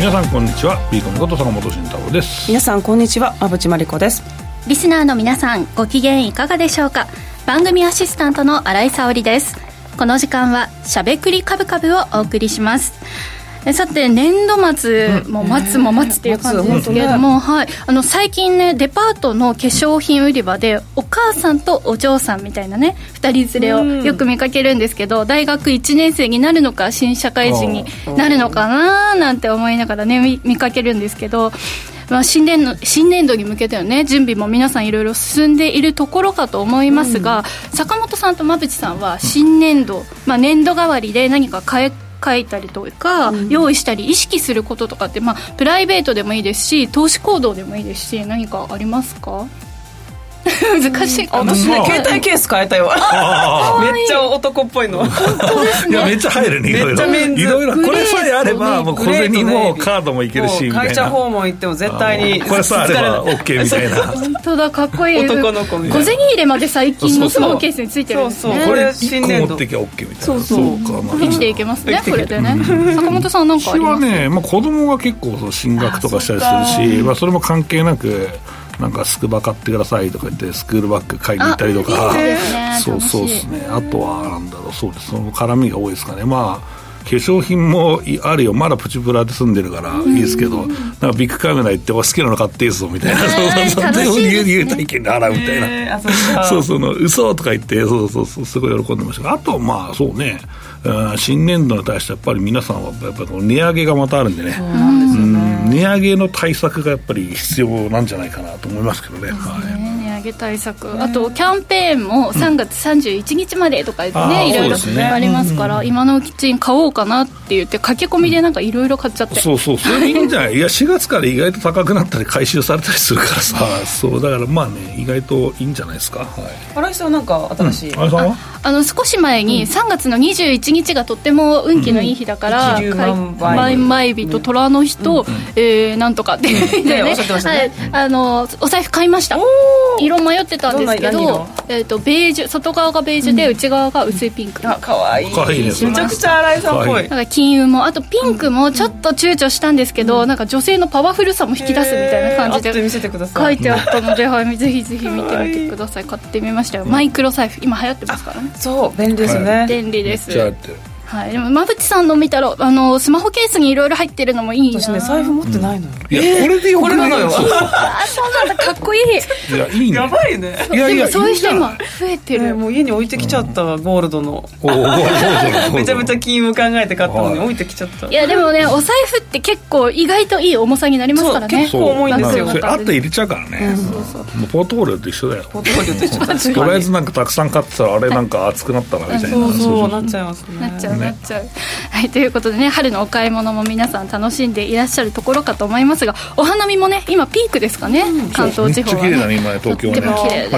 皆さんこんにちは。ビーコンこと坂本慎太郎です。 皆さんこんにちは。馬淵真理子です。 リスナーの皆さんご機嫌いかがでしょうか。番組アシスタントの新井沙織です。この時間はしゃべくりカブカブをお送りします。さて年度末も待つも待つっていう感じですけれども、はい、最近ねデパートの化粧品売り場でお母さんとお嬢さんみたいなね2人連れをよく見かけるんですけど、大学1年生になるのか新社会人になるのかななんて思いながらね 見かけるんですけど、新年度に向けてのね準備も皆さんいろいろ進んでいるところかと思いますが、坂本さんと馬淵さんは新年度、年度代わりで何か書いたりとか、用意したり意識することとかって、プライベートでもいいですし投資行動でもいいですし、何かありますか？難しいかな。 私ね、携帯ケース変えたよ。めっちゃ男っぽいの。 本当ですね。 いやめっちゃ入るね。いろいろこれさえあればもう小銭もカードもいけるしみたいな。 会社訪問行っても絶対にこれさえあれば OK みたいな。 本当だ、かっこいい。 男の子みたいな。 小銭入れまで最近のスマホケースについてるんですね。 これ1個持ってきゃ OK みたいな。そうか、 生きていけますねこれでね。坂本さんなんかあります？ 私はね、子供が結構進学とかしたりするし、それも関係なくなんかスクバ買ってくださいとか言ってスクールバッグ買いに行ったりとか、そうですね。あとはなんだろう、そうです、その絡みが多いですかね。化粧品もあるよ、まだプチプラで住んでるからいいですけど、なんかビッグカメラ行って好きなの買っていいぞみたいな、そういう体験で洗うみたいな、嘘とか言ってすごい喜んでましたが、あとそうね、新年度に対してやっぱり皆さんはやっぱり値上げがまたあるんでね、値上げの対策がやっぱり必要なんじゃないかなと思いますけどね。 値上げ対策、あとキャンペーンも3月31日までとか言ってね、いろいろありますから、今のうちに買おうかなって言って駆け込みでなんかいろいろ買っちゃって、 それいいんじゃない？いや4月から意外と高くなったり回収されたりするからさ、だから意外といいんじゃないですか。 新井さんはなんか新しい、 新井さんは少し前に3月の21日がとっても運気のいい日だから、買い前日と虎の日と、なんとかって言ってね、お財布買いました。色迷ってたんですけど、ベージュ、外側がベージュで内側が薄いピンク。 かわいい。めちゃくちゃ新井さんっぽい。 なんか金運も、あとピンクもちょっと躊躇したんですけど、なんか女性のパワフルさも引き出すみたいな感じで書いてあったので、ぜひぜひ見てみてください。買ってみましたよ。マイクロ財布今流行ってますからね。 そう便利ですね。 便利です。でも馬淵さんの見たらスマホケースにいろいろ入ってるのもいいな。 私ね財布持ってないのよ。 いやこれでよくない？ これなのよ。 そうなんだ、かっこいい。 いやいいね。 やばいね。 でもそういう人今増えてる。 もう家に置いてきちゃったわ、ゴールドの。めちゃめちゃ金運考えて買ったのに置いてきちゃった。 いやでもね、お財布って結構意外といい重さになりますからね。 結構重いんですよ。 あって入れちゃうからね。もうポートフォリオと一緒だよ。とりあえずなんかたくさん買ってたらあれなんか熱くなったなみたいな。 そうなっちゃいますね。 なっちゃう。ということでね、春のお買い物も皆さん楽しんでいらっしゃるところかと思いますが、お花見もね今ピークですかね、関東地方は、 めっちゃ綺麗だね今東京はね。 とっても綺麗です。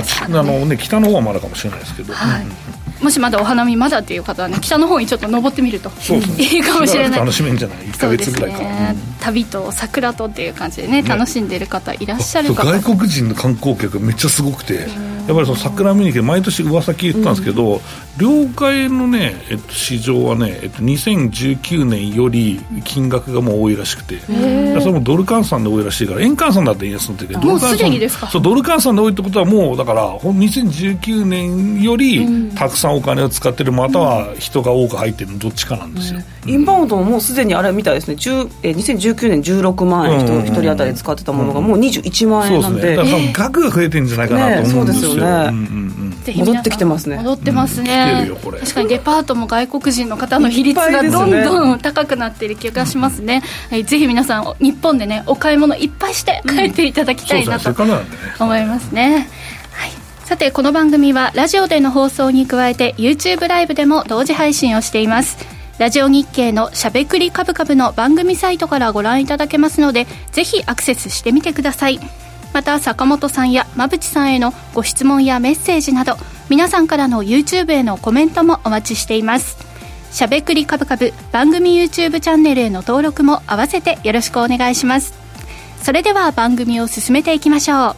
北の方はまだかもしれないですけど、 もしまだお花見まだっていう方はね、北の方にちょっと登ってみるといいかもしれない。 楽しめんじゃない？1ヶ月ぐらいか。 旅と桜とっていう感じでね、楽しんでいる方いらっしゃるかと。 外国人の観光客めっちゃすごくて、やっぱりその桜見に来て毎年噂聞いてたんですけど、両替のね、市場はね、2019年より金額がもう多いらしくて、それもドル換算で多いらしいから、円換算だっていいやつなんだけど、 もうすでにですか？ そう、ドル換算で多いってことはもうだから2019年よりたくさんお金を使ってる、または人が多く入ってるのどっちかなんですよ。 インバウンドももうすでにあれみたいですね。2019年16万円1人当たり使ってたものがもう21万円なんで、 そうですね。だから額が増えてるんじゃないかなと思うんですよ。 そうですよね。戻ってきてますね。 戻ってますね。確かにデパートも外国人の方の比率がどんどん高くなっている気がしますね。ぜひ皆さん日本でねお買い物いっぱいして帰っていただきたいなと思いますね。さてこの番組はラジオでの放送に加えて YouTube ライブでも同時配信をしています。ラジオ日経のしゃべくりカブカブの番組サイトからご覧いただけますので、ぜひアクセスしてみてください。また坂本さんや馬淵さんへのご質問やメッセージなど、皆さんからの YouTube へのコメントもお待ちしています。しゃべくりカブカブ番組 YouTube チャンネルへの登録も合わせてよろしくお願いします。それでは番組を進めていきましょう。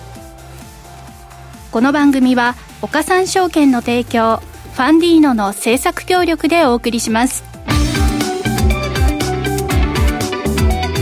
この番組は岡三証券の提供、ファンディーノの制作協力でお送りします。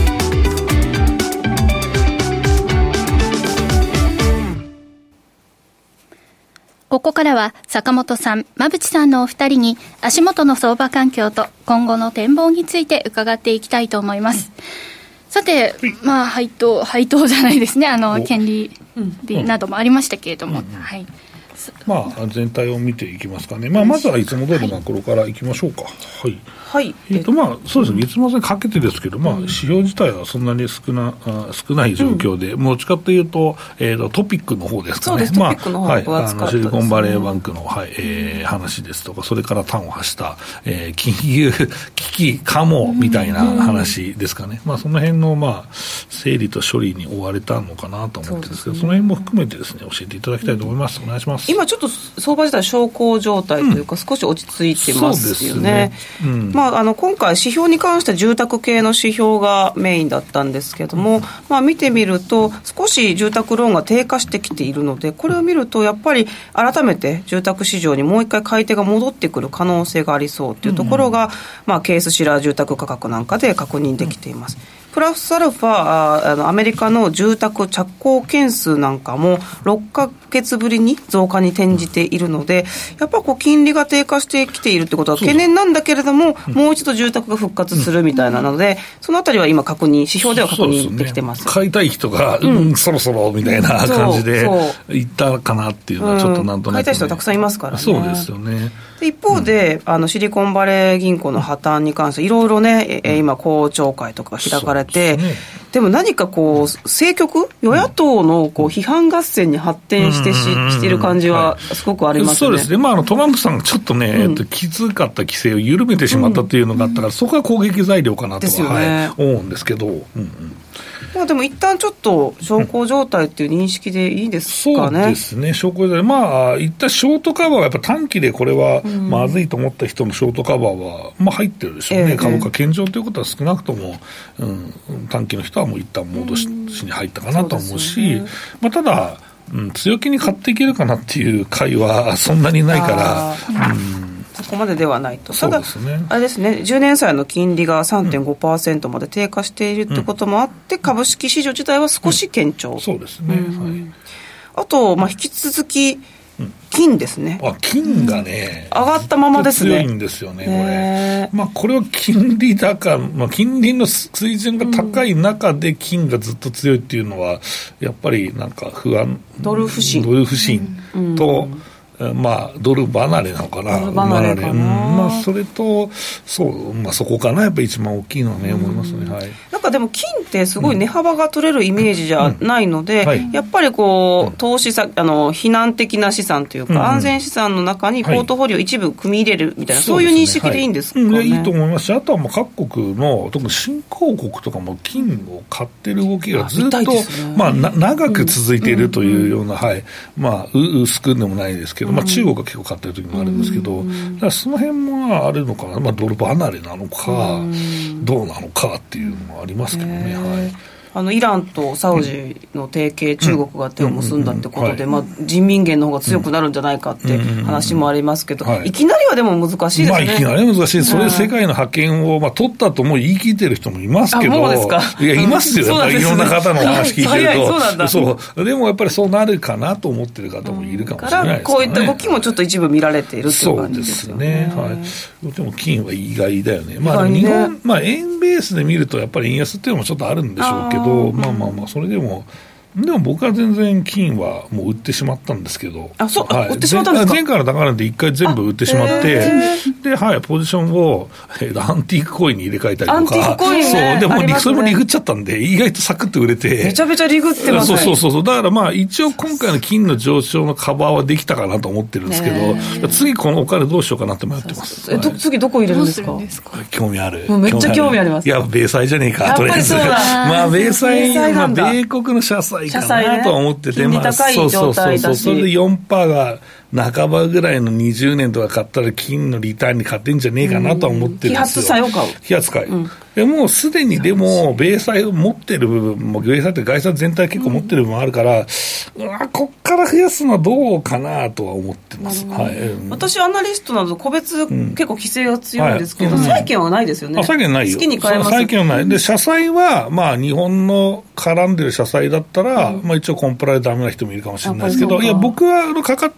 こからは坂本さん、馬淵さんのお二人に足元の相場環境と今後の展望について伺っていきたいと思います。さて、配当じゃないですね、権利などもありましたけれども、はい、 全体を見ていきますかね。まずはいつも通りマクロからいきましょうか。はい。はい。そうですね。月末にかけてですけど、指標自体はそんなに少ない状況で、もうどっちかというと、トピックの方ですかね。 そうです。トピックの方が分厚かったですね。 シリコンバレーバンクの、話ですとか、それから端を発した、金融危機かもみたいな話ですかね。その辺の、整理と処理に追われたのかなと思ってるんですけど、その辺も含めてですね、教えていただきたいと思います。お願いします。 今ちょっと相場自体小康状態というか、少し落ち着いてますよね。今回指標に関して住宅系の指標がメインだったんですけども、見てみると少し住宅ローンが低下してきているので、これを見るとやっぱり改めて住宅市場にもう一回買い手が戻ってくる可能性がありそうというところが、ケースシラー住宅価格なんかで確認できています。プラスアルファアメリカの住宅着工件数なんかも6ヶ月ぶりに増加に転じているので、やっぱ金利が低下してきているってことは懸念なんだけれども、もう一度住宅が復活するみたいなので、そのあたりは今指標では確認できてます。 買いたい人が、そろそろみたいな感じでいったかなっていうのはちょっとなんとなく、 買いたい人はたくさんいますからね。 そうですよね。 一方で、シリコンバレー銀行の破綻に関していろいろね、今公聴会とかが開かれて、でも何か政局、与野党の批判合戦に発展している感じはすごくありますね。 そうですね。トランプさんがちょっとね、きつかった規制を緩めてしまったというのがあったから、そこが攻撃材料かなとは、思うんですけど。 でも一旦ちょっと小康状態っていう認識でいいですかね。 そうですね、小康状態。一旦ショートカバーはやっぱ短期でこれはまずいと思った人のショートカバーは入ってるでしょうね。株価堅調ということは少なくとも、短期の人はもう一旦戻しに入ったかなと思うし、ただ、強気に買っていけるかなっていう回はそんなにないから、 そこまでではないと。 ただ、 あれですね、10年債の金利が 3.5% まで低下しているということもあって、株式市場自体は少し堅調。 そうですね。 あと、引き続き、金ですね。 金がね、 上がったままですね。 強いんですよね、これ。これは金利高、金利の水準が高い中で金がずっと強いっていうのは、やっぱりなんか不安。 ドル不振と、ドル離れなのかな。 ドル離れかな。 それと、そこかな、やっぱり一番大きいのはね、思いますね。 なんかでも金ってすごい値幅が取れるイメージじゃないので、やっぱり投資避難的な資産というか、安全資産の中にポートフォリオ一部組み入れるみたいな、そういう認識でいいんですかね。 いいと思いますし、あとは各国の、特に新興国とかも金を買ってる動きがずっと、長く続いているというような、薄くでもないですけど、中国が結構買ってる時もあるんですけど、だからその辺もあるのかな、ドル離れなのか、どうなのかっていうのもありますけどね。 イランとサウジの提携、中国が手を結んだってことで、人民元の方が強くなるんじゃないかって話もありますけど、いきなりはでも難しいですね。 いきなりは難しい。それで世界の覇権を取ったとも言い切ってる人もいますけど、 もうですか。 いや、いますよ。やっぱりいろんな方のお話聞いてると。 そうなんだ。 そう。でもやっぱりそうなるかなと思ってる方もいるかもしれないですね。 こういった動きもちょっと一部見られているっていう感じですよね。 そうですね。でも金は意外だよね。日本、円ベースで見るとやっぱり円安っていうのもちょっとあるんでしょうけど、それでも僕は全然金はもう売ってしまったんですけど、 売ってしまったんですか。 前回の高値で一回全部売ってしまって、で、ポジションを、アンティークコインに入れ替えたりとか、 アンティークコインね、 でもそれもリグっちゃったんで、意外とサクッと売れて、 めちゃめちゃリグってますね。 そうだから一応今回の金の上昇のカバーはできたかなと思ってるんですけど、次このお金どうしようかなって迷ってます。 次どこ入れるんですか。 興味ある。 めっちゃ興味あります。 いや、米債じゃねえか、とりあえず。米債、米国の社債かなとは思ってて、 金利高い状態だし、 それで 4% が半ばぐらいの20年とか買ったら金のリターンに勝てんじゃねえかなとは思ってるんですよ。 揮発債を買う。 揮発債。でもうすでにでも米債を持ってる部分も、米債って外債全体結構持ってる部分もあるから、こっから増やすのはどうかなとは思ってます。 私アナリストなど個別結構規制が強いんですけど、債券はないですよね。 債券ないよ。 好きに買えます。 債券はない。で、社債は日本の絡んでる社債だったら、一応コンプラでダメな人もいるかもしれないですけど、いや僕はかかってるコンプ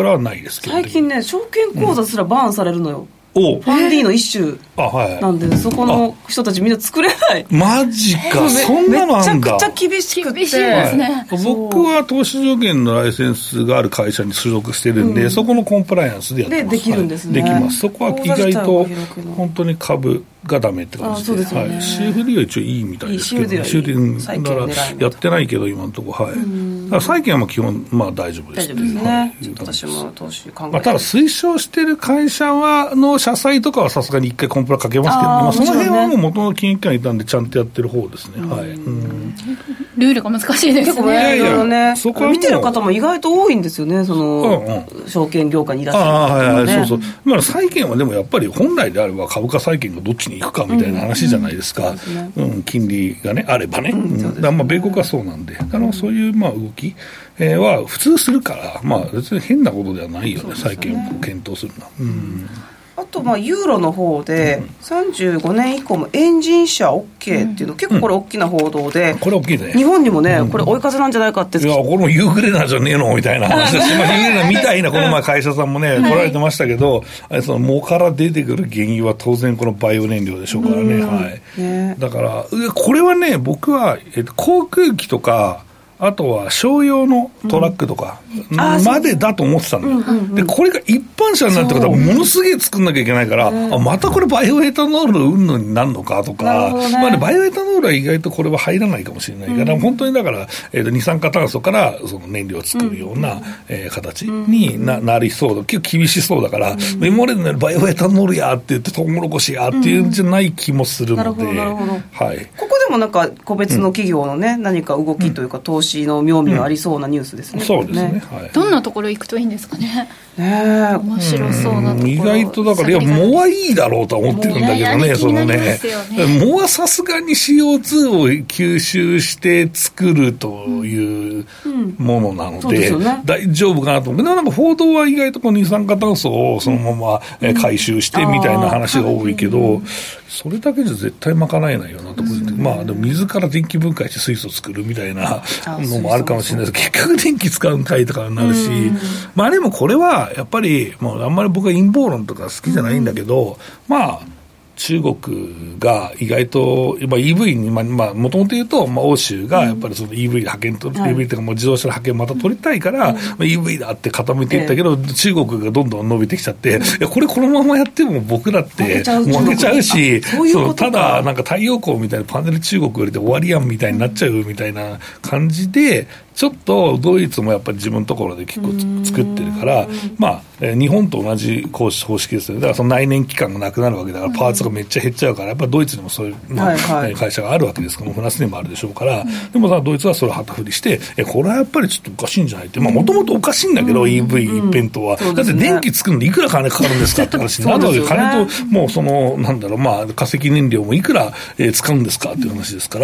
プラはないですけど、 最近ね証券口座すらバーンされるのよ、ファンディの一種なんで、そこの人たちみんな作れない。 マジか、そんなのあんだ。 めちゃくちゃ厳しくて、 ですね。 僕は投資助言のライセンスがある会社に所属してるんで、そこのコンプライアンスでやってます。 できるんですね。 できます。そこは意外と本当に株がダメって感じで、 そうですよね。 CFD は一応いいみたいですけど、CFD だからやってないけど今のところ、だから債券は基本大丈夫です。 大丈夫ですね。私も投資考えて、 ただ推奨してる会社の社債とかはさすがに一回コンプラかけますけど、その辺はもう元の金融機関にいたんでちゃんとやってる方ですね。 ルールが難しいですね。 結構ね、そこは見てる方も意外と多いんですよね、その証券業界にいらっしゃる方ね。 そう債券はでもやっぱり本来であれば株価債券がどっちに行くかみたいな話じゃないですか。金利がねあればね。だから米国はそうなんで、そういう動きは普通するから、別に変なことではないよね、債券を検討するのは。 あとユーロの方で35年以降もエンジン車 OK っていうの、結構これ大きな報道で、 これ大きいね。 日本にもね、これ追い風なんじゃないかって。 いや、これもユーグレナじゃねえのみたいな話です。ユーグレナみたいなこの前会社さんもね来られてましたけど、その藻から出てくる原油は当然このバイオ燃料でしょうからね。だからこれはね、僕は航空機とかあとは商用のトラックとかまでだと思ってたんだよ。でこれが一般車になるってことはものすげえ作んなきゃいけないから、またこれバイオエタノールの運動になるのかとか、バイオエタノールは意外とこれは入らないかもしれないから、本当にだから二酸化炭素からその燃料を作るような形になりそうだ。結構厳しそうだから、今までのバイオエタノールやって言ってトウモロコシやっていうんじゃない気もするので、 ここでもなんか個別の企業のね、何か動きというか投資の妙味はありそうなニュースですね。 そうですね。 どんなところ行くといいんですかね。面白そうなところ。 意外とだから藻はいいだろうとは思ってるんだけどね、そのね。藻はさすがに CO2 を吸収して作るというものなので、大丈夫かなと思う。でもなんか報道は意外とこの二酸化炭素をそのまま回収してみたいな話が多いけど、それだけじゃ絶対賄えないよなと思って、でも水から電気分解して水素を作るみたいなのもあるかもしれないですけど、結局電気使うんかいとかになるし、でもこれはやっぱりもうあんまり僕は陰謀論とか好きじゃないんだけど、中国が意外とEV にもともと言うと欧州がやっぱりその EV で派遣と EV というかもう自動車の派遣また取りたいから EV だって固めていったけど、中国がどんどん伸びてきちゃって、これこのままやっても僕らって負けちゃうし、ただなんか太陽光みたいなパネル中国よりで終わりやんみたいになっちゃうみたいな感じで、ちょっとドイツもやっぱり自分のところで結構作ってるから、日本と同じ方式ですよね。だからその内燃機関がなくなるわけだから、パーツがめっちゃ減っちゃうから、やっぱりドイツにもそういう会社があるわけですから、フランスにもあるでしょうから、でもドイツはそれを旗振りして、これはやっぱりちょっとおかしいんじゃないって、もともとおかしいんだけど、EV 一辺倒は。だって電気作るのにいくら金かかるんですかって話になるわけで、金と、もうその、化石燃料もいくら使うんですかっていう話ですから、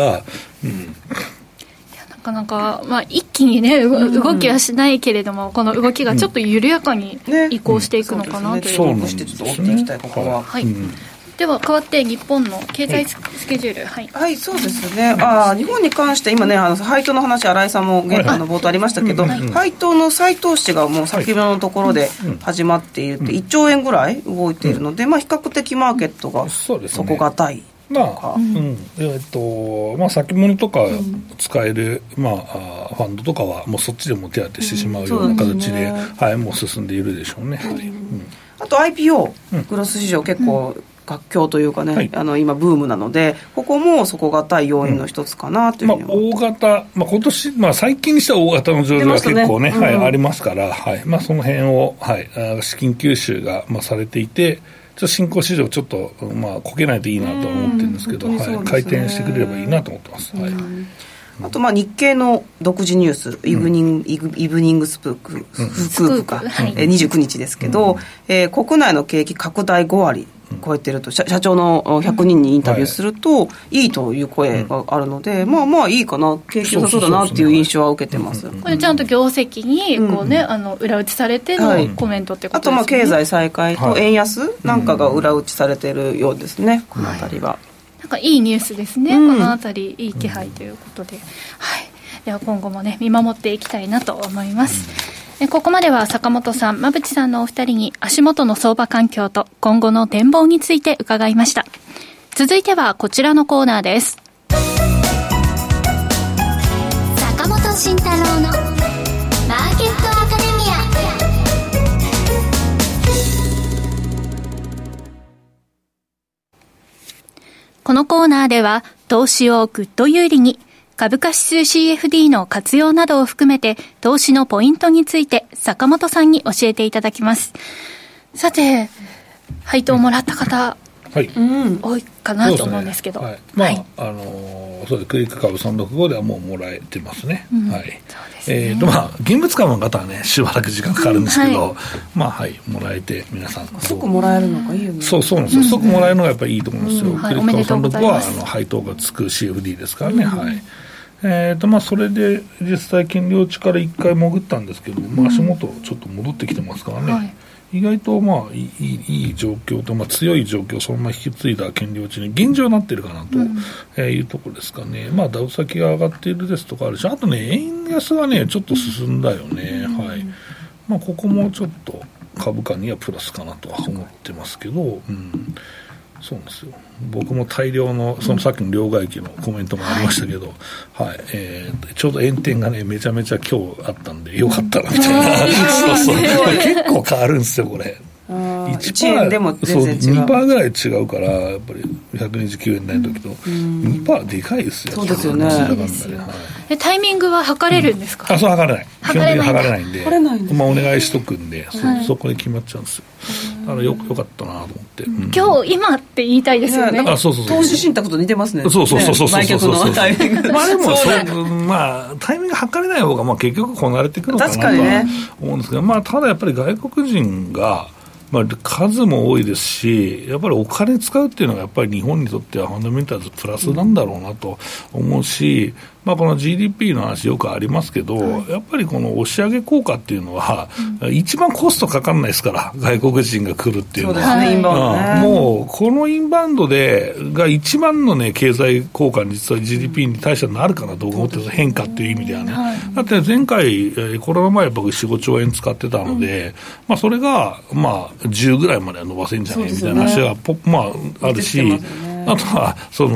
なかなか、一気にね動きはしないけれども、この動きがちょっと緩やかに移行していくのかなという、 そうしてちょっと追っていきたい、ここは。 では変わって日本の経済スケジュール。 はい、そうですね。日本に関して今ね、配当の話、新井さんも冒頭ありましたけど、配当の再投資がもう先ほどのところで始まっているって1兆円ぐらい動いているので、比較的マーケットが底堅い。 先物とか使える、ファンドとかはもうそっちでも手当てしてしまうような形で、もう進んでいるでしょうね。 あと IPO、グロス市場結構活況というかね、今ブームなので、ここも底堅い要因の一つかなというふうに思大型、今年、最近にしては大型の上場が結構ね、ありますから、その辺を、資金吸収がされていて、新興市場ちょっとこけないといいなと思ってるんですけど、回転してくれればいいなと思ってます。 あと日経の独自ニュース、イブニングスクープか、29日ですけど、国内の景気拡大5割超えてると、社長の100人にインタビューすると、いいという声があるので、いいかな、景気良さそうだなっていう印象は受けてます。 これちゃんと業績にこうね、裏打ちされてのコメントってことですね。 あと経済再開と円安なんかが裏打ちされてるようですね、このあたりは。 なんかいいニュースですね、このあたりいい気配ということで、では今後もね見守っていきたいなと思います。 ここまでは坂本さん、馬淵さんのお二人に足元の相場環境と今後の展望について伺いました。続いてはこちらのコーナーです。 坂本慎太郎のマーケットアカデミア。 このコーナーでは投資をぐっと有利に、株価指数 CFD の活用などを含めて投資のポイントについて坂本さんに教えていただきます。さて、配当をもらった方、はい、多いかなと思うんですけど、 そうですクリック株365ではもうもらえてますね。はい。そうですね。現物株の方はねしばらく時間かかるんですけど、もらえて皆さん即もらえるのがいいよね。 そうなんですよ。即もらえるのがやっぱりいいと思うんですよ。クリック株365は配当がつく CFD ですからね。はい。それで実際権利落ちから1回潜ったんですけど、足元ちょっと戻ってきてますからね。はい、意外といい状況と、強い状況をそのまま引き継いだ権利落ちに現状になっているかなというところですかね。ダウ先が上がっているですとかあるし、あとね円安がねちょっと進んだよね。はい。ここもちょっと株価にはプラスかなとは思ってますけど、そうなんですよ。僕も大量のそのさっきの両替機のコメントもありましたけど、ちょうど円転がねめちゃめちゃ今日あったんでよかったなみたいな結構変わるんですよこれ。1円でも全然違う。2% ぐらい違うからやっぱり129円ない時と 2% でかいですよ。 そうですよね。 タイミングは測れるんですか？ そう測れない。基本的に測れないんで、お願いしとくんで、そこで決まっちゃうんですよ。だからよかったなと思って、 今日今って言いたいですよね。 そう投資信託と似てますね。 そう売却のタイミング。 でもタイミング測れない方が結局こなれてくるのかなとは思うんですけど、ただやっぱり外国人が数も多いですし、やっぱりお金使うっていうのがやっぱり日本にとってはファンダメンタルズプラスなんだろうなと思うし、この GDP の話よくありますけど、やっぱりこの押し上げ効果っていうのは、一番コストかかんないですから外国人が来るっていうのは。 そうですね、インバウンドね。 もうこのインバウンドが一番のね経済効果に実は GDP に対してなるかなと思ってる、変化っていう意味ではね。だって前回コロナ前僕 4,5 兆円使ってたので、それが10ぐらいまでは伸ばせるんじゃないみたいな話があるし、あとは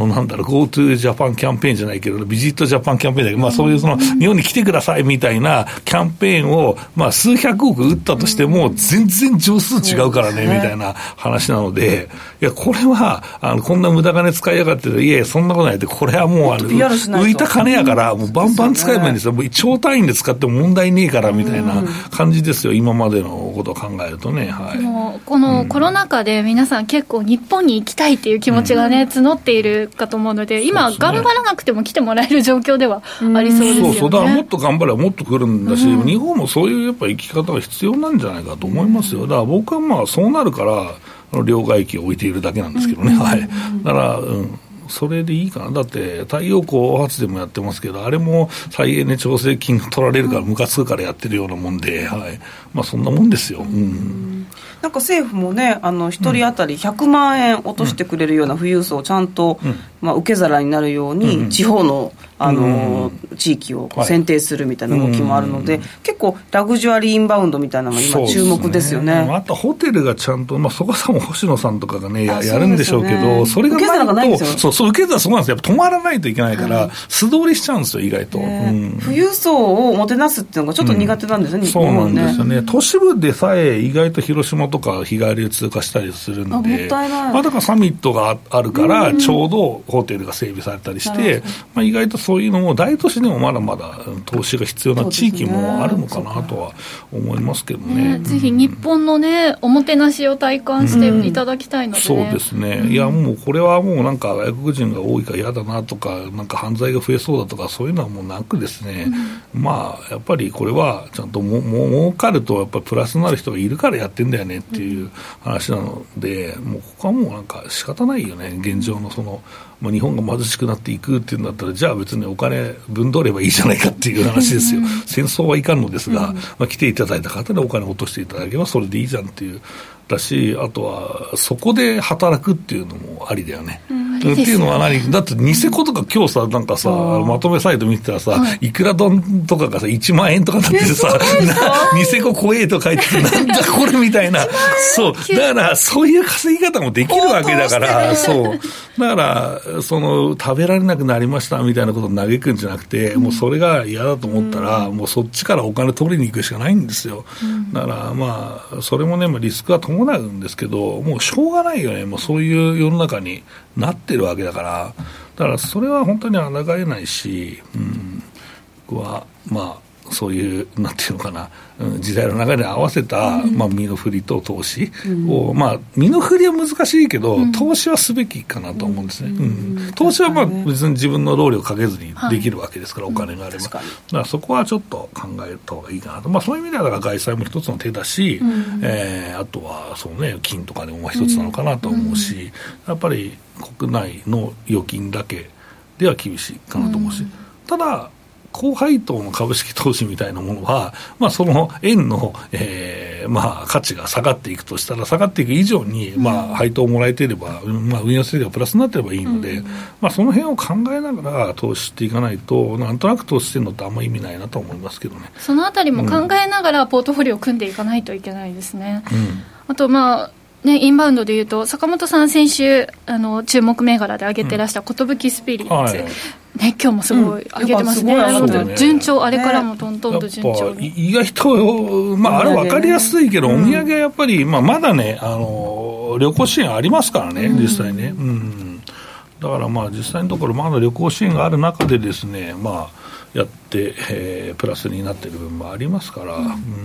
GoTo ジャパンキャンペーンじゃないけどビジットジャパンキャンペーンだけど、そういう日本に来てくださいみたいなキャンペーンを数百億打ったとしても全然上数違うからねみたいな話なので、いやこれはこんな無駄金使いやがっていやそんなことないって、これはもう浮いた金やからもうバンバン使えばいいんですよ。もう超単位で使っても問題ねえからみたいな感じですよ、今までのことを考えるとね。 もうこのコロナ禍で皆さん結構日本に行きたいっていう気持ちがね、募っているかと思うので、今頑張らなくても来てもらえる状況ではありそうですよね。 だからもっと頑張ればもっと来るんだし、日本もそういうやっぱ生き方が必要なんじゃないかと思いますよ。だから僕はそうなるから両替機を置いているだけなんですけどね。だからそれでいいかな。だって太陽光発電もやってますけど、あれも再エネ調整金が取られるからムカつくからやってるようなもんで、そんなもんですよ。 なんか政府もね1人当たり100万円落としてくれるような富裕層をちゃんと、受け皿になるように、地方の地域を選定するみたいな動きもあるので、結構ラグジュアリーインバウンドみたいなのが今注目ですよね。 あとホテルがちゃんと、そこさも星野さんとかがね やるんでしょうけど、それがないとそう受け皿そうなんですよ。やっぱ止まらないといけないから、素通りしちゃうんですよ意外と。 富裕層をもてなすっていうのがちょっと苦手なんですね、日本はね。 そうなんですよね。都市部でさえ意外と広島とか日帰りで通過したりするんで、 もったいない。 だからサミットがあるからちょうどホテルが整備されたりして、意外とそういうのも大都市でもまだまだ投資が必要な地域もあるのかなとは思いますけどね。 ぜひ日本のねおもてなしを体感していただきたいので、 そうですね。いやもうこれはもうなんか外国人が多いから嫌だなとか、なんか犯罪が増えそうだとかそういうのはもうなくですね、やっぱりこれはちゃんと儲かるとやっぱりプラスになる人がいるからやってんだよねっていう話なので、もうここはもうなんか仕方ないよね。現状の日本が貧しくなっていくっていうんだったら、じゃあ別にお金分取ればいいじゃないかっていう話ですよ。戦争はいかんのですが、来ていただいた方でお金を落としていただければそれでいいじゃんっていうだし、あとはそこで働くっていうのもありだよね。 ですよね。 っていうのはだってニセコとか今日さ、なんかさ、まとめサイト見てたらさ、いくら丼とかがさ、1万円とかなっててさ、ニセコ怖えと書いてて、なんだこれみたいな。そう。だから、そういう稼ぎ方もできるわけだから、そう。だから、食べられなくなりましたみたいなことを嘆くんじゃなくて、もうそれが嫌だと思ったら、もうそっちからお金取りに行くしかないんですよ。だから、まあ、それもね、リスクは伴うんですけど、もうしょうがないよね。もうそういう世の中になってるわけだから、だからそれは本当に抗えないし、僕は、まあ、そういうなんていうのかな、時代の流れに合わせた、身の振りと投資を、身の振りは難しいけど、投資はすべきかなと思うんですね。投資は別に自分の労力かけずにできるわけですから、お金があれば。だからそこはちょっと考えた方がいいかなと。そういう意味では外債も一つの手だし、あとはそうね、金とかでも一つなのかなと思うし、やっぱり国内の預金だけでは厳しいかなと思うし、ただ高配当の株式投資みたいなものは、その円の、価値が下がっていくとしたら、下がっていく以上に、配当をもらえていれば、運用性がプラスになっていればいいので、その辺を考えながら投資していかないと、なんとなく投資してるのってあんまり意味ないなと思いますけどね。 そのあたりも考えながらポートフォリオを組んでいかないといけないですね。あとインバウンドでいうと坂本さん先週注目銘柄で上げてらした寿スピリッツ、今日もすごい上げてますね。順調、あれからもトントンと順調に。 意外と、あれ分かりやすいけど、お土産はやっぱり、まだね、旅行支援ありますからね、実際ね。だから実際のところまだ旅行支援がある中でですね、やって、プラスになっている部分もありますから、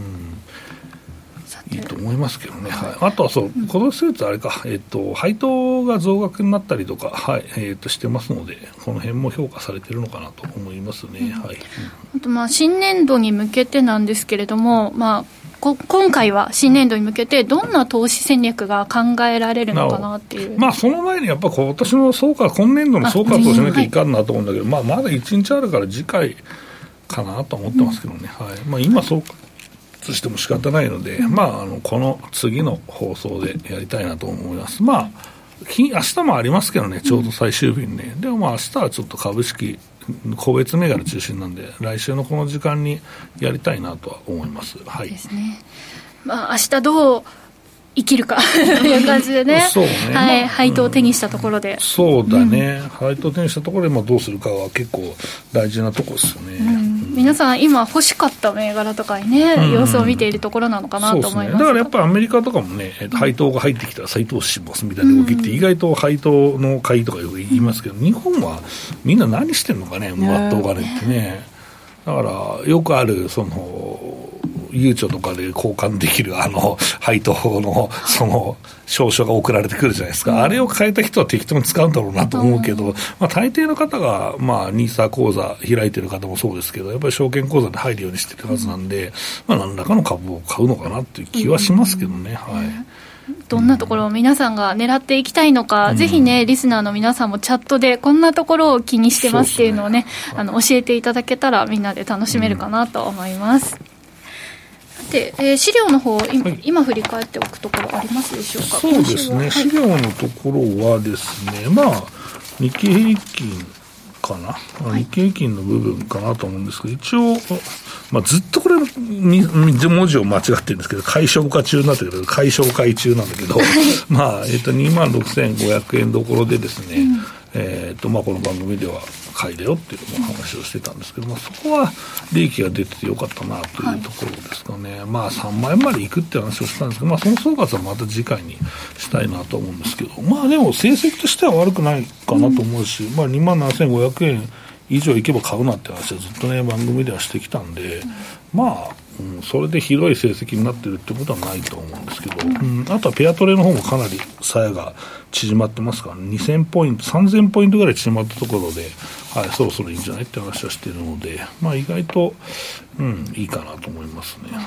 いいと思いますけどね。あとはこのスーツあれか、配当が増額になったりとか、してますので、この辺も評価されているのかなと思いますね。 あと新年度に向けてなんですけれども、今回は新年度に向けてどんな投資戦略が考えられるのかなっていう。その前にやっぱ今年の今年度の総括をしなきゃいかんなと思うんだけど、まだ1日あるから次回かなと思ってますけどね。今総括しても仕方ないので、この次の放送でやりたいなと思います。明日もありますけどね、ちょうど最終日にね。でも明日はちょっと株式個別銘柄中心なんで、来週のこの時間にやりたいなとは思います。ですね。明日どう生きるかという感じでね。 そうね。 配当を手にしたところで。 そうだね。配当を手にしたところでどうするかは結構大事なところですよね。 皆さん今欲しかった銘柄とかにね、様子を見ているところなのかなと思います。 だからやっぱりアメリカとかもね、配当が入ってきたら再投資しますみたいな動きって意外と配当の買いとかよく言いますけど、日本はみんな何してんのかね、もらったお金ってね。だからよくあるゆうちょとかで交換できる配当の証書が送られてくるじゃないですか。あれを変えた人は適当に使うんだろうなと思うけど、大抵の方がNISA 口座開いてる方もそうですけど、やっぱり証券口座で入るようにしてるはずなんで、何らかの株を買うのかなっていう気はしますけどね。 どんなところを皆さんが狙っていきたいのか、ぜひね、リスナーの皆さんもチャットでこんなところを気にしてますっていうのをね、教えていただけたらみんなで楽しめるかなと思います。で資料の方、今振り返っておくところありますでしょうか。 そうですね、資料のところはですね、日経平均かな、日経平均の部分かなと思うんですけど、一応、ずっとこれ文字を間違ってるんですけど、解消化中になってるけど、解消化中なんだけど、26,500 円どころでですね、この番組では買いだよっていう話をしてたんですけど、そこは利益が出ててよかったなというところですかね。3万円までいくって話をしたんですけど、その総括はまた次回にしたいなと思うんですけど、でも成績としては悪くないかなと思うし、27,500 円以上いけば買うなって話はずっとね番組ではしてきたんで、それでひどい成績になってるってことはないと思うんですけど、あとはペアトレの方もかなり鞘が縮まってますから、2000ポイント3000ポイントぐらい縮まったところで、そろそろいいんじゃないって話はしているので、意外と、いいかなと思いますね。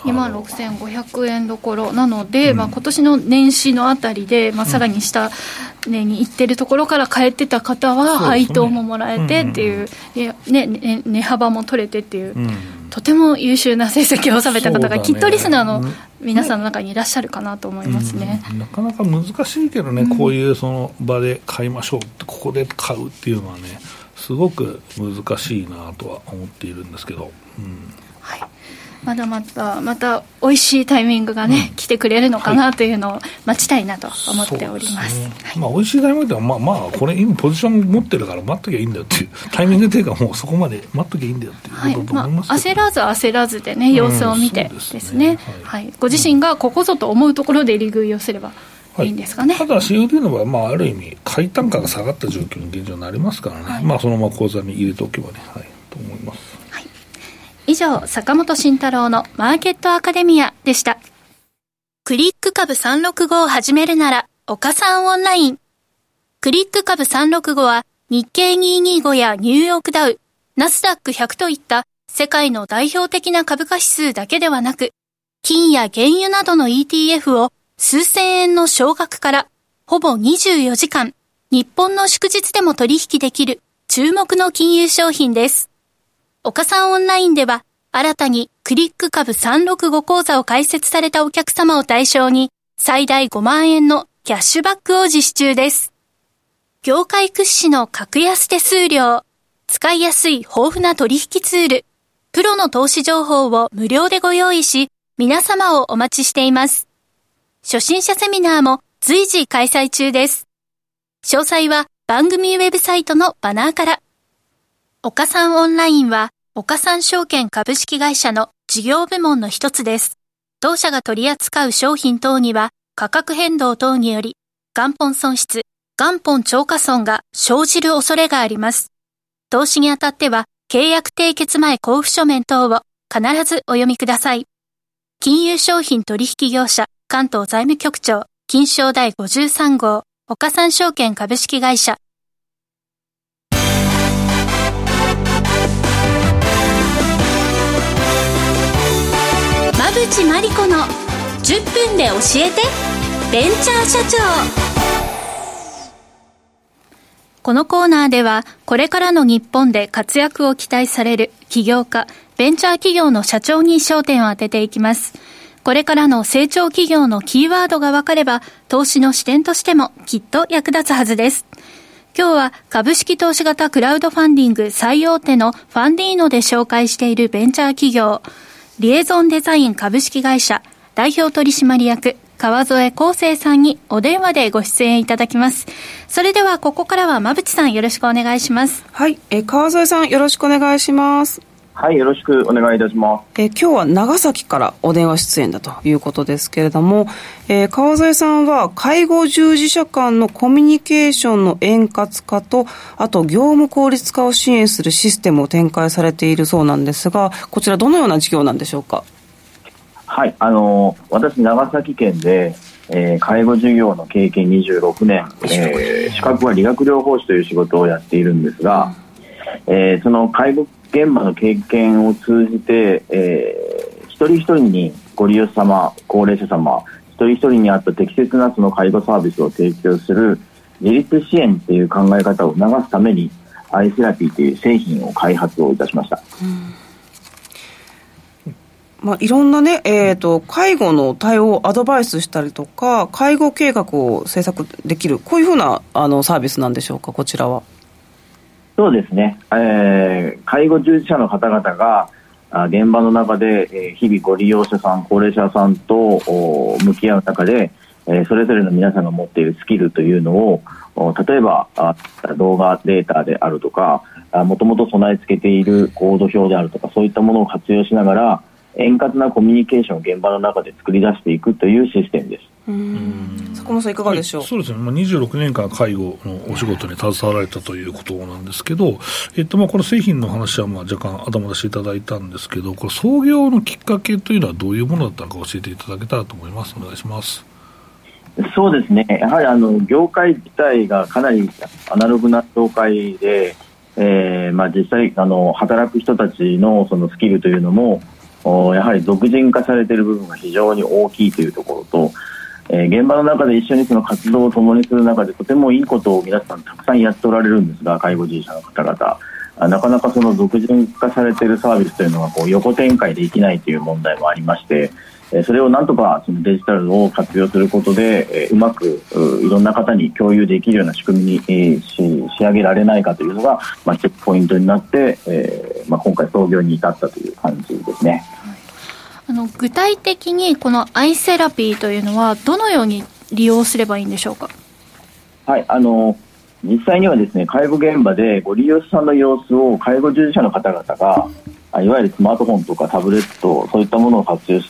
26,500 円どころなので、今年の年始のあたりで、さらに下に行ってるところから買えてた方は配当ももらえてっていう、値幅も取れてっていう、 とても優秀な成績を収めた方が、きっとリスナーの皆さんの中にいらっしゃるかなと思いますね。 なかなか難しいけどね、こういうその場で買いましょうって、ここで買うっていうのはね、すごく難しいなとは思っているんですけど、 はい、また美味しいタイミングがね、来てくれるのかなというのを待ちたいなと思っております。 美味しいタイミングではこれ今ポジション持ってるから待っときゃいいんだよっていうタイミングというか、もうそこまで待っときゃいいんだよっていうことだと思いますけど、 焦らずでね、様子を見てですね、ご自身がここぞと思うところで利食いをすればいいんですかね。 ただ COD の場合、ある意味買い単価が下がった状況に現状になりますからね、そのまま口座に入れておけばね、と思います。 以上、坂本慎太郎のマーケットアカデミアでした。クリック株365を始めるなら岡三オンライン。クリック株365は日経225やニューヨークダウ、ナスダック100といった世界の代表的な株価指数だけではなく、金や原油などの ETF を数千円の少額からほぼ24時間、日本の祝日でも取引できる注目の金融商品です。岡三オンラインでは新たにクリック株365口座を開設されたお客様を対象に最大5万円のキャッシュバックを実施中です。業界屈指の格安手数料、使いやすい豊富な取引ツール、プロの投資情報を無料でご用意し、皆様をお待ちしています。初心者セミナーも随時開催中です。詳細は番組ウェブサイトのバナーから。岡三オンラインは岡三証券株式会社の事業部門の一つです。当社が取り扱う商品等には価格変動等により元本損失、元本超過損が生じる恐れがあります。投資にあたっては契約締結前交付書面等を必ずお読みください。金融商品取引業者関東財務局長金商第53号岡三証券株式会社。馬淵真理子の10分で教えてベンチャー社長。このコーナーではこれからの日本で活躍を期待される起業家、ベンチャー企業の社長に焦点を当てていきます。これからの成長企業のキーワードが分かれば投資の視点としてもきっと役立つはずです。今日は株式投資型クラウドファンディング最大手のファンディーノで紹介しているベンチャー企業、リエゾンデザイン株式会社代表取締役川添康生さんにお電話でご出演いただきます。それではここからは馬淵さん、よろしくお願いします。 はい、川添さん、よろしくお願いします。 はい、よろしくお願いいたします。 今日は長崎からお電話出演だということですけれども、川添さんは介護従事者間のコミュニケーションの円滑化と、あと業務効率化を支援するシステムを展開されているそうなんですが、こちらどのような事業なんでしょうか。 はい、私長崎県で、介護事業の経験26年、資格は理学療法士という仕事をやっているんですが、その介護現場の経験を通じて、一人一人にご利用者様、高齢者様一人一人に合った適切なその介護サービスを提供する自立支援という考え方を促すためにアイセラピーという製品を開発をいたしました。 いろんなね、介護の対応をアドバイスしたりとか介護計画を制作できる、こういうふうなサービスなんでしょうか。こちらは。 そうですね、介護従事者の方々が現場の中で、日々ご利用者さん、高齢者さんと向き合う中で、それぞれの皆さんが持っているスキルというのを、例えば動画データであるとか、もともと備え付けているコード表であるとか、そういったものを活用しながら円滑なコミュニケーションを現場の中で作り出していくというシステムです。 坂本さん、いかがでしょう。 そうですね、26年間介護のお仕事に携わられたということなんですけど、この製品の話は若干頭出していただいたんですけど、これ創業のきっかけというのはどういうものだったのか教えていただけたらと思います。お願いします。 そうですね、やはり業界自体がかなりアナログな業界で、実際働く人たちのそのスキルというのもやはり独人化されている部分が非常に大きいというところと、現場の中で一緒にその活動を共にする中でとてもいいことを皆さんたくさんやっておられるんですが、介護従事者の方々 なかなかその独自化されているサービスというのがこう横展開できないという問題もありまして、それをなんとかそのデジタルを活用することで、うまくいろんな方に共有できるような仕組みに仕上げられないかというのが、一つポイントになって、今回創業に至ったという感じですね。 具体的にこのアイセラピーというのはどのように利用すればいいんでしょうか。 はい、実際にはですね、介護現場でご利用者さんの様子を介護従事者の方々がいわゆるスマートフォンとかタブレット、そういったものを活用して、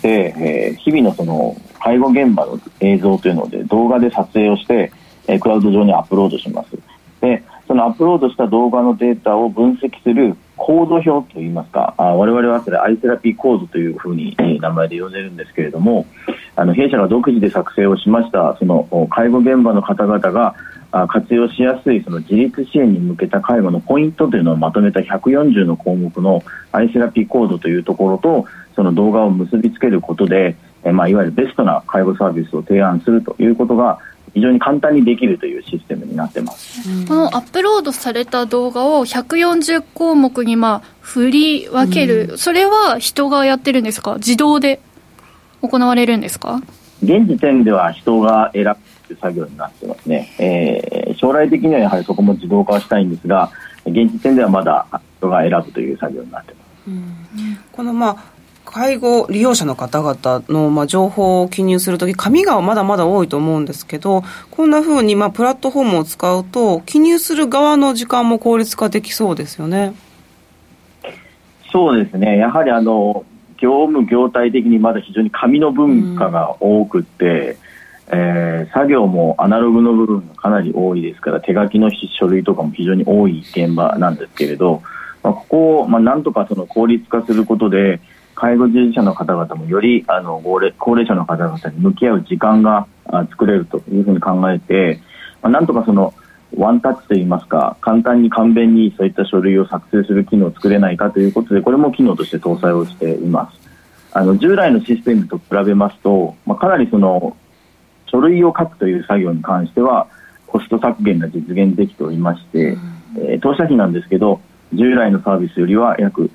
日々のその介護現場の映像というので動画で撮影をして、クラウド上にアップロードします。で、そのアップロードした動画のデータを分析するコード表といいますか、我々はそれアイセラピーコードというふうに名前で呼んでるんですけれども、弊社が独自で作成をしましたその介護現場の方々が活用しやすいその自立支援に向けた介護のポイントというのをまとめた140の項目のアイセラピーコードというところとその動画を結びつけることで、いわゆるベストな介護サービスを提案するということが非常に簡単にできるというシステムになってます。 このアップロードされた動画を140項目に振り分ける、それは人がやってるんですか、自動で行われるんですか。 現時点では人が選ぶという作業になってますね。将来的にはやはりそこも自動化はしたいんですが、現時点ではまだ人が選ぶという作業になってます。 この介護利用者の方々の情報を記入するとき、紙がまだまだ多いと思うんですけど、こんな風にプラットフォームを使うと記入する側の時間も効率化できそうですよね。 そうですね、やはり業務業態的にまだ非常に紙の文化が多くて、作業もアナログの部分がかなり多いですから、手書きの書類とかも非常に多い現場なんですけれど、ここをなんとかその効率化することで介護従事者の方々もより高齢者の方々に向き合う時間が作れるというふうに考えて、なんとかそのワンタッチといいますか、簡単に簡便にそういった書類を作成する機能を作れないかということで、これも機能として搭載をしています。従来のシステムと比べますと、かなりその書類を書くという作業に関してはコスト削減が実現できておりまして、当社費なんですけど従来のサービスよりは約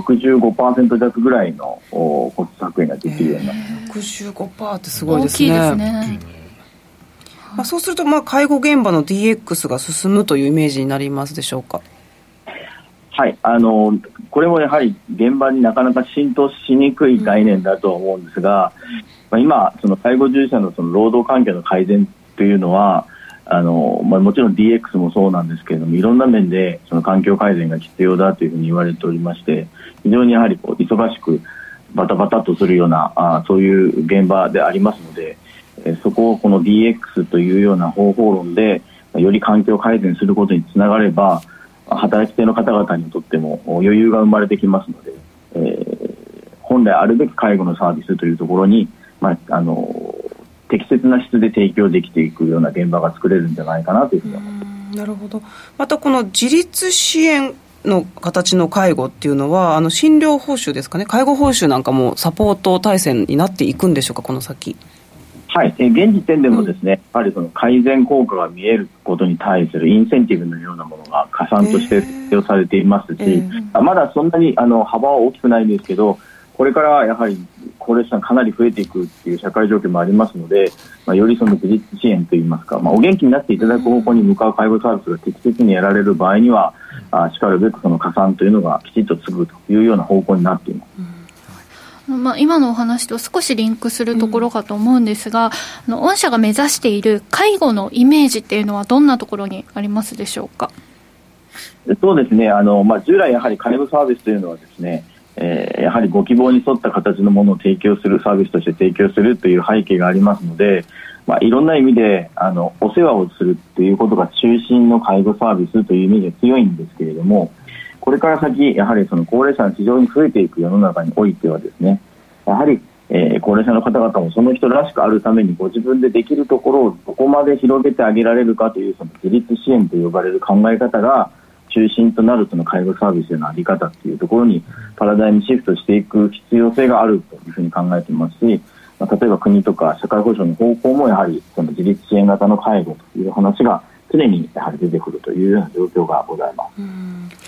65% 弱ぐらいのコスト削減ができるようになってます。 65% ってすごいですね。 大きいですね。 そうすると介護現場の DX が進むというイメージになりますでしょうか。 はい、これもやはり現場になかなか浸透しにくい概念だと思うんですが、今その介護従事者のその労働環境の改善というのはもちろん DX もそうなんですけれども、いろんな面でその環境改善が必要だというふうに言われておりまして、非常にやはり忙しくバタバタとするようなそういう現場でありますので、そこをこの DX というような方法論でより環境改善することにつながれば、働き手の方々にとっても余裕が生まれてきますので、本来あるべき介護のサービスというところに、適切な質で提供できていくような現場が作れるんじゃないかなというふうに思います。 なるほど。またこの自立支援の形の介護っていうのは診療報酬ですかね、介護報酬なんかもサポート体制になっていくんでしょうか、この先。 はい、現時点でもですね、やはりその改善効果が見えることに対するインセンティブのようなものが加算として設定されていますし、まだそんなに幅は大きくないんですけど、これからやはり高齢者がかなり増えていくっていう社会状況もありますので、よりその自立支援といいますか、お元気になっていただく方向に向かう介護サービスが適切にやられる場合には、しかるべくその加算というのがきちっとつくというような方向になっています。 今のお話と少しリンクするところかと思うんですが、御社が目指している介護のイメージっていうのはどんなところにありますでしょうか。 そうですね、従来やはり介護サービスというのはですね、やはりご希望に沿った形のものを提供するサービスとして提供するという背景がありますので、いろんな意味でお世話をするということが中心の介護サービスという意味で強いんですけれども、これから先やはりその高齢者が非常に増えていく世の中においてはですね、やはり、高齢者の方々もその人らしくあるためにご自分でできるところをどこまで広げてあげられるかというその自立支援と呼ばれる考え方が中心となるその介護サービスへのあり方というところにパラダイムシフトしていく必要性があるというふうに考えていますし、例えば国とか社会保障の方向もやはりその自立支援型の介護という話が常にやはり出てくるというような状況がございます。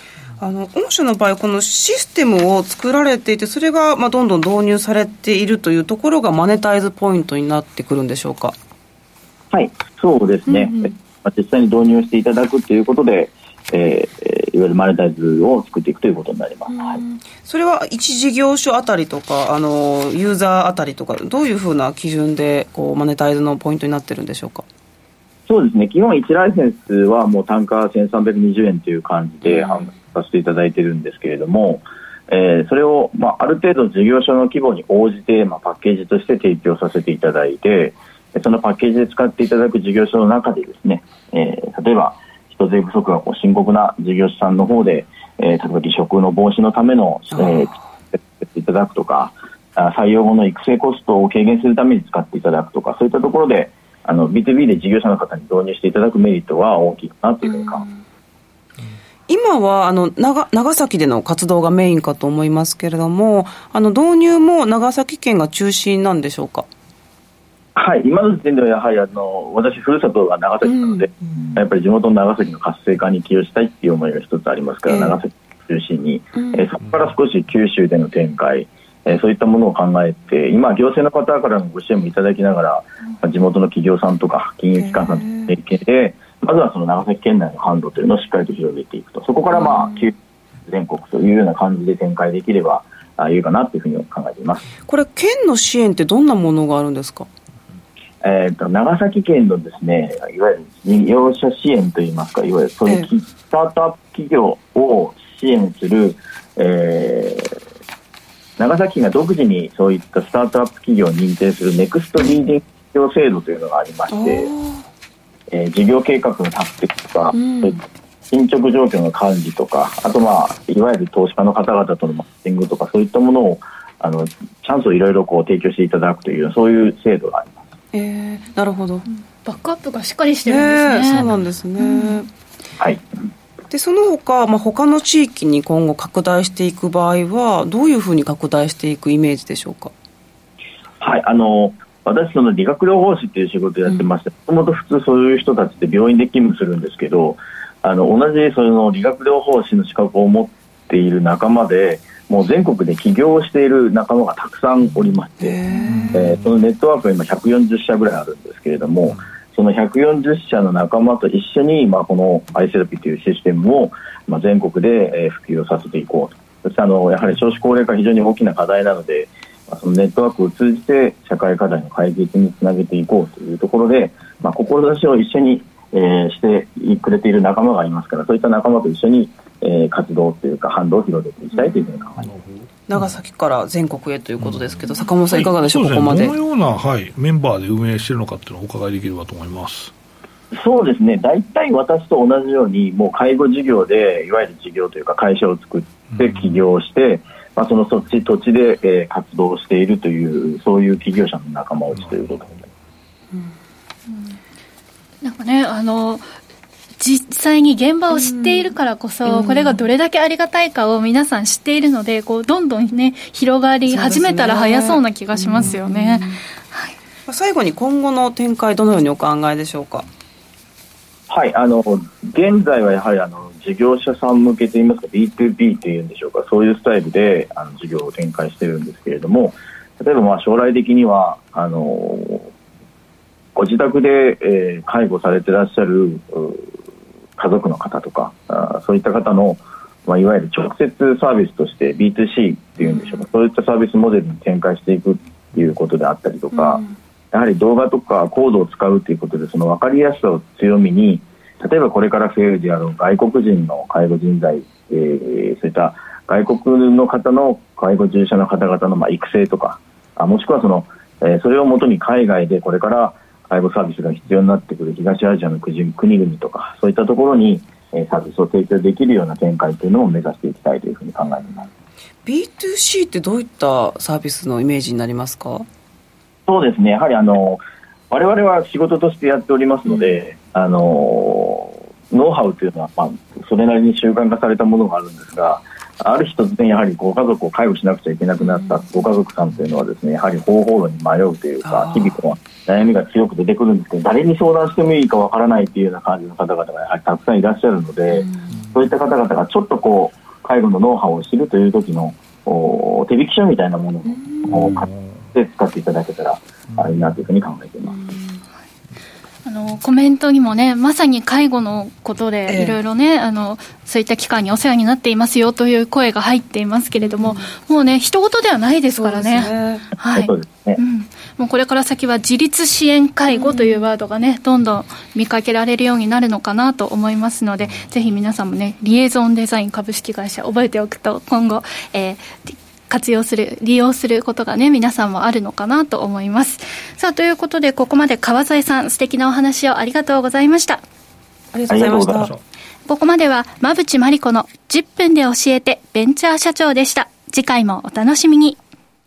御社の場合このシステムを作られていて、それがどんどん導入されているというところがマネタイズポイントになってくるんでしょうか。 はい、そうですね、実際に導入していただくということで、いわゆるマネタイズを作っていくということになります。はい、 それは1事業所あたりとかユーザーあたりとか、どういうふうな基準でマネタイズのポイントになってるんでしょうか。 そうですね、基本1ライセンスはもう単価1320円という感じで販売させていただいているんですけれども、それを、ある程度事業所の規模に応じて、パッケージとして提供させていただいて、そのパッケージで使っていただく事業所の中でですね、例えば人手不足が深刻な事業者さんの方で、例えば離職の防止のための使っていただくとか、採用後の育成コストを軽減するために使っていただくとか、そういったところでB2B で事業者の方に導入していただくメリットは大きいかなというふうに考えます。 今は長崎での活動がメインかと思いますけれども、導入も長崎県が中心なんでしょうか。 はい、今の時点ではやはり私ふるさとが長崎なので、やっぱり地元の長崎の活性化に寄与したいっていう思いが一つありますから、長崎中心に、そこから少し九州での展開、そういったものを考えて、今行政の方からのご支援もいただきながら、地元の企業さんとか金融機関さんと連携で、まずはその長崎県内の販路というのをしっかりと広げていくと、そこから全国というような感じで展開できればいいかなというふうに考えています。これ県の支援ってどんなものがあるんですか。 長崎県のですね、いわゆる事業者支援といいますか、いわゆるそういうスタートアップ企業を支援する、長崎が独自にそういったスタートアップ企業を認定するネクストリーディング企業制度というのがありまして、事業計画の立てとか、進捗状況の管理とか、あといわゆる投資家の方々とのマッチングとか、そういったものをチャンスをいろいろ提供していただくという、そういう制度があります。 なるほど、 バックアップがしっかりしてるんですね。 そうなんですね、 はい。 でその他、他の地域に今後拡大していく場合はどういうふうに拡大していくイメージでしょうか。 はい、私その理学療法士っていう仕事をやってまして、もともと普通そういう人たちって病院で勤務するんですけど、同じその理学療法士の資格を持っている仲間でもう全国で起業している仲間がたくさんおりまして、そのネットワークが今140社ぐらいあるんですけれども、その140社の仲間と一緒に、このアイセラピーというシステムを、全国で普及をさせていこうと。そしてやはり少子高齢化非常に大きな課題なので、そのネットワークを通じて社会課題の解決につなげていこうというところで、志を一緒に、してくれている仲間がいますから、そういった仲間と一緒に、活動というか販路を広げていきたいというふうに考えています。 長崎から全国へということですけど、坂本さんいかがでしょうか。ここまでどのような、メンバーで運営しているのかっていうのをお伺いできればと思います。 そうですね、大体私と同じようにもう介護事業でいわゆる事業というか会社を作って起業して、その土地で、活動しているというそういう企業者の仲間内ということで、 なんかね、実際に現場を知っているからこそ、これがどれだけありがたいかを皆さん知っているので、どんどんね広がり始めたら早そうな気がしますよね。 最後に今後の展開どのようにお考えでしょうか。 はい、現在はやはり事業者さん向けといいますか B2B というんでしょうか、そういうスタイルで事業を展開しているんですけれども、例えば将来的にはご自宅で、介護されていらっしゃる家族の方とかそういった方の、いわゆる直接サービスとして B2C っていうんでしょうか、そういったサービスモデルに展開していくっていうことであったりとか、やはり動画とかコードを使うということでその分かりやすさを強みに、例えばこれから増えるであろう外国人の介護人材、そういった外国の方の介護従事者の方々の育成とか、もしくはそれをもとに海外でこれから介護サービスが必要になってくる東アジアの国々とか、そういったところにサービスを提供できるような展開というのを目指していきたいというふうに考えています。 B2C ってどういったサービスのイメージになりますか。 そうですね、やはり我々は仕事としてやっておりますので、ノウハウというのは、それなりに習慣化されたものがあるんですが、ある日突然やはりご家族を介護しなくちゃいけなくなったご家族さんというのはですね、やはり方法論に迷うというか、日々悩みが強く出てくるんですけど、誰に相談してもいいかわからないというような感じの方々がやはりたくさんいらっしゃるので、そういった方々がちょっと介護のノウハウを知るという時の手引き書みたいなものを買って使っていただけたらいいなというふうに考えています。 コメントにもね、まさに介護のことでいろいろね、そういった機関にお世話になっていますよという声が入っていますけれども、もうね、人事ではないですからね。はい。もうこれから先は自立支援介護というワードがね、どんどん見かけられるようになるのかなと思いますので、ぜひ皆さんもね、リエゾンデザイン株式会社覚えておくと、今後、利用することがね、皆さんもあるのかなと思います。さあ、ということで、ここまで川添さん、素敵なお話をありがとうございました。 ありがとうございました。 ここまでは、馬淵真理子の10分で教えてベンチャー社長でした。次回もお楽しみに。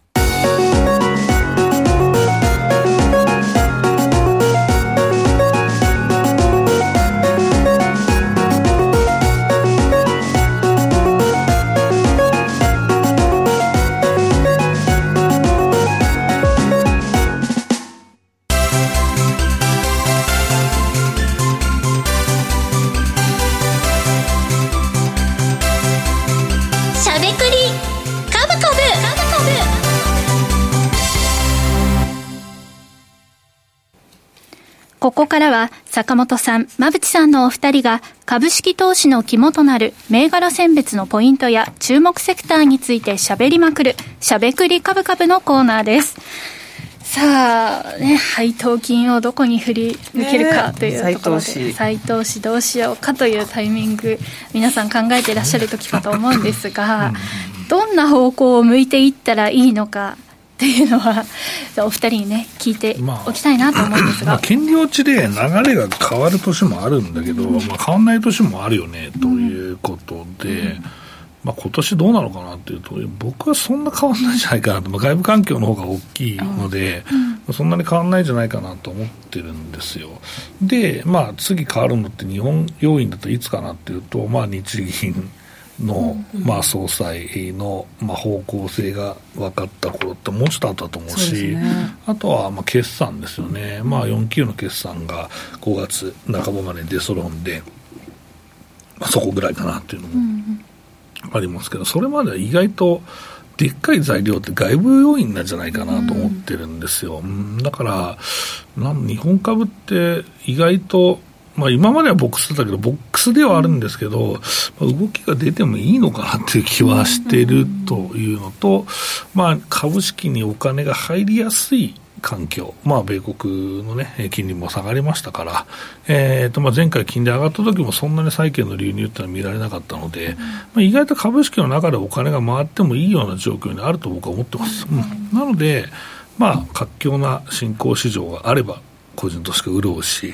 ここからは坂本さん、馬淵さんのお二人が株式投資の肝となる銘柄選別のポイントや注目セクターについて喋りまくるしゃべくり株株のコーナーです。さあ、ね、配当金をどこに振り抜けるかというところで、再投資どうしようかというタイミング、皆さん考えていらっしゃる時かと思うんですが、どんな方向を向いていったらいいのかっていうのはお二人にね聞いておきたいなと思うんですが、 金利落ちで流れが変わる年もあるんだけど、変わんない年もあるよねということで、今年どうなのかなっていうと、僕はそんな変わんないんじゃないかなと、外部環境の方が大きいので、そんなに変わんないんじゃないかなと思ってるんですよ。で、次変わるのって日本要因だといつかなっていうと、日銀の、総裁の、方向性が分かった頃ってもうちょっとあったと思うし、あとは決算ですよね。4級の決算が5月半ばまで出揃うんで、そこぐらいかなっていうのもありますけど、それまでは意外とでっかい材料って外部要因なんじゃないかなと思ってるんですよ。だから日本株って意外と今まではボックスだけどボックスではあるんですけど、動きが出てもいいのかなっていう気はしているというのと、株式にお金が入りやすい環境、米国のね金利も下がりましたから、前回金利上がった時もそんなに債券の流入ってのは見られなかったので、意外と株式の中でお金が回ってもいいような状況にあると僕は思ってます。なので活況な新興市場があれば個人として潤うし、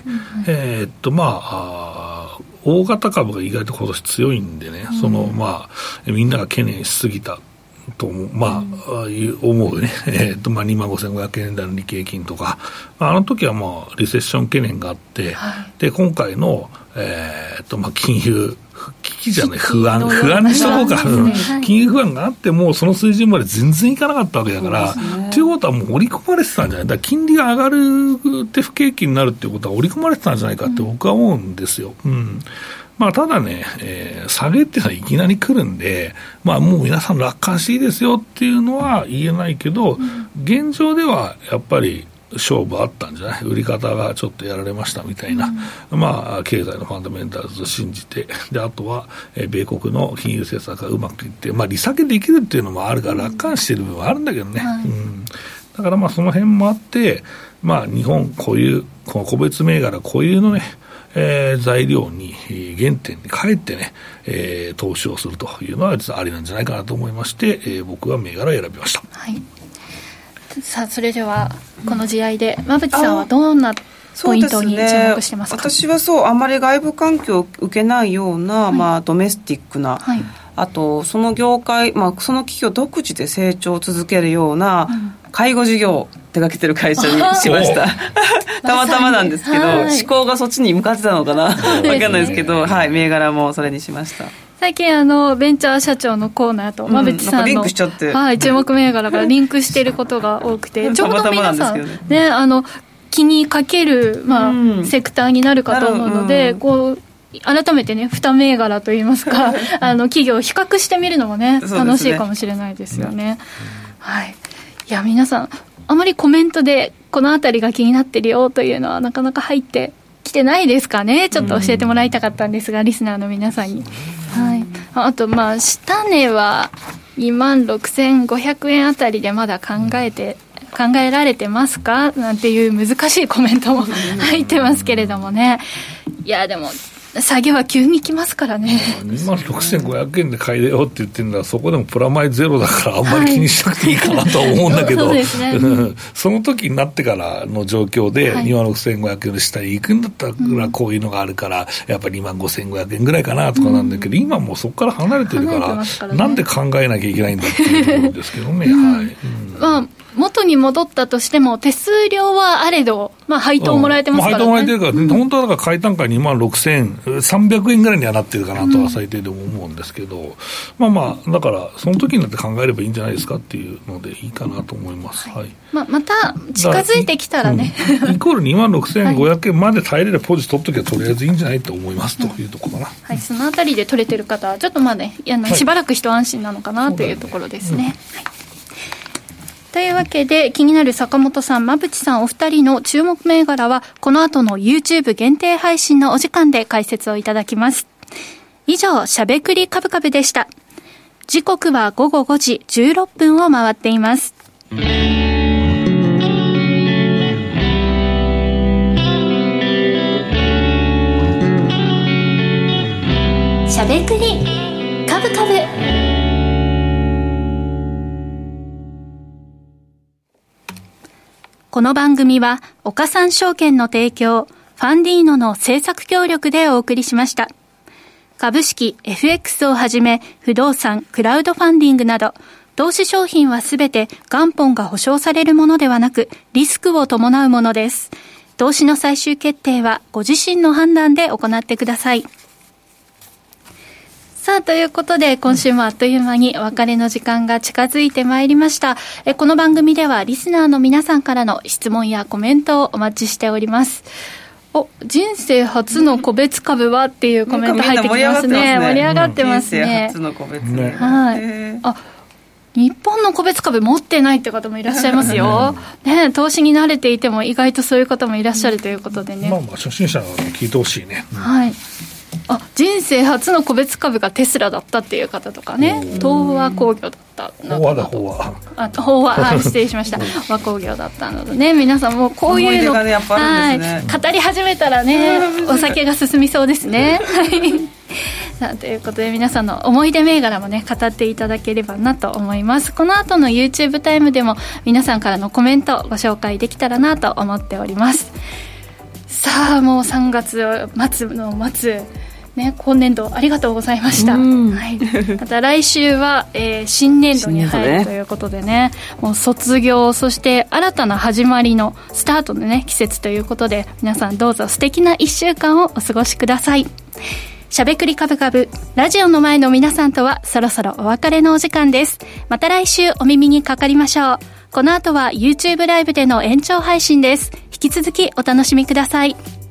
大型株が意外と今年強いんでね、みんなが懸念しすぎたと思うね、25,500円台の日経金とか、あの時はリセッション懸念があって、で今回の、金融危機じゃない不安にしとこうか、金融不安があってもその水準まで全然いかなかったわけだから、ということはもう織り込まれてたんじゃない。だから金利が上がるって不景気になるっていうことは織り込まれてたんじゃないかって僕は思うんですよ。ただね、下げっていうのはいきなり来るんで、もう皆さん楽観していいですよっていうのは言えないけど、現状ではやっぱり勝負あったんじゃない。売り方がちょっとやられましたみたいな、経済のファンダメンタルズを信じて、であとは、米国の金融政策がうまくいって、利下げできるっていうのもあるから楽観してる部分はあるんだけどね、だからその辺もあって、日本この個別銘柄固有のね材料に原点に帰ってね、投資をするというのは実はありなんじゃないかなと思いまして、僕は銘柄を選びました。 さあ、それではこの試合で馬淵さんはどんなポイントに注目してますか？ 私はあんまり外部環境を受けないような、ドメスティックな、あとその業界、その企業独自で成長を続けるような介護事業を手掛けてる会社にしましたたまたまなんですけど、思考がそっちに向かってたのかな分かんないですけど、銘柄もそれにしました。 最近ベンチャー社長のコーナーと馬淵さんの、 リンクしちゃって、 注目銘柄がリンクしていることが多くてちょうど皆さん気にかける、セクターになるかと思うので、 改めてね2銘柄といいますか企業を比較してみるのもね楽しいかもしれないですよね、はい。いや皆さんあまりコメントでこのあたりが気になってるよというのはなかなか入ってきてないですかね。ちょっと教えてもらいたかったんですが、リスナーの皆さんに、はい、あと下値は26,500 円あたりでまだ考えられてますかなんていう難しいコメントも入ってますけれどもね。いやでも下げは急に来ますからね。 26,500 円で買いだよって言ってるのはそこでもプラマイゼロだからあんまり気にしなくていいかなとは思うんだけど、はい、そうですね、その時になってからの状況で 26,500 円の下に行くんだったらこういうのがあるからやっぱり25,500 円ぐらいかなとかなんだけど、今もうそこから離れてるから、ね、なんで考えなきゃいけないんだっていうところですけどね、はい。 元に戻ったとしても手数料はあれど、配当もらえてますからね、 配当もらえてるから、本当はだから買い単価 26,300 円ぐらいにはなってるかなとは最低でも思うんですけど、だからその時になって考えればいいんじゃないですかっていうのでいいかなと思います、はい。 また近づいてきたらねイコール 26,500 円まで耐えれるポジ取っときゃとりあえずいいんじゃないと思いますというところかな、 はい。そのあたりで取れてる方はちょっとしばらく一安心なのかなというところですね、というわけで気になる坂本さん、馬淵さんお二人の注目銘柄はこの後の YouTube 限定配信のお時間で解説をいただきます。以上、しゃべくりカブカブでした。時刻は午後5時16分を回っています。 しゃべくりカブカブ。 この番組は岡三証券の提供、ファンディーノの制作協力でお送りしました。株式、FX をはじめ不動産、クラウドファンディングなど投資商品はすべて元本が保証されるものではなくリスクを伴うものです。投資の最終決定はご自身の判断で行ってください。さあ、ということで今週もあっという間にお別れの時間が近づいてまいりました。この番組ではリスナーの皆さんからの質問やコメントをお待ちしております。人生初の個別株はっていうコメント入ってきますね。盛り上がってますね。 人生初の個別、 はい。日本の個別株持ってないって方もいらっしゃいますよ、ね。投資に慣れていても意外とそういう方もいらっしゃるということでね。 初心者は聞いてほしいね、 はい。人生初の個別株がテスラだったっていう方とかね。東和工業だった飽和失礼しました和工業だったのでね。皆さんもこういうの、ね、語り始めたらねお酒が進みそうですねさあ、ということで皆さんの思い出銘柄もね語っていただければなと思います。この後の YouTube タイムでも皆さんからのコメントをご紹介できたらなと思っております。さあ、もう3月末の末ね、今年度ありがとうございました、はい、また来週は、新年度に入るということでね、もう卒業、そして新たな始まりのスタートのね季節ということで、皆さんどうぞ素敵な1週間をお過ごしください。しゃべくりカブカブ、ラジオの前の皆さんとはそろそろお別れのお時間です。また来週お耳にかかりましょう。この後は YouTube ライブでの延長配信です。引き続きお楽しみください。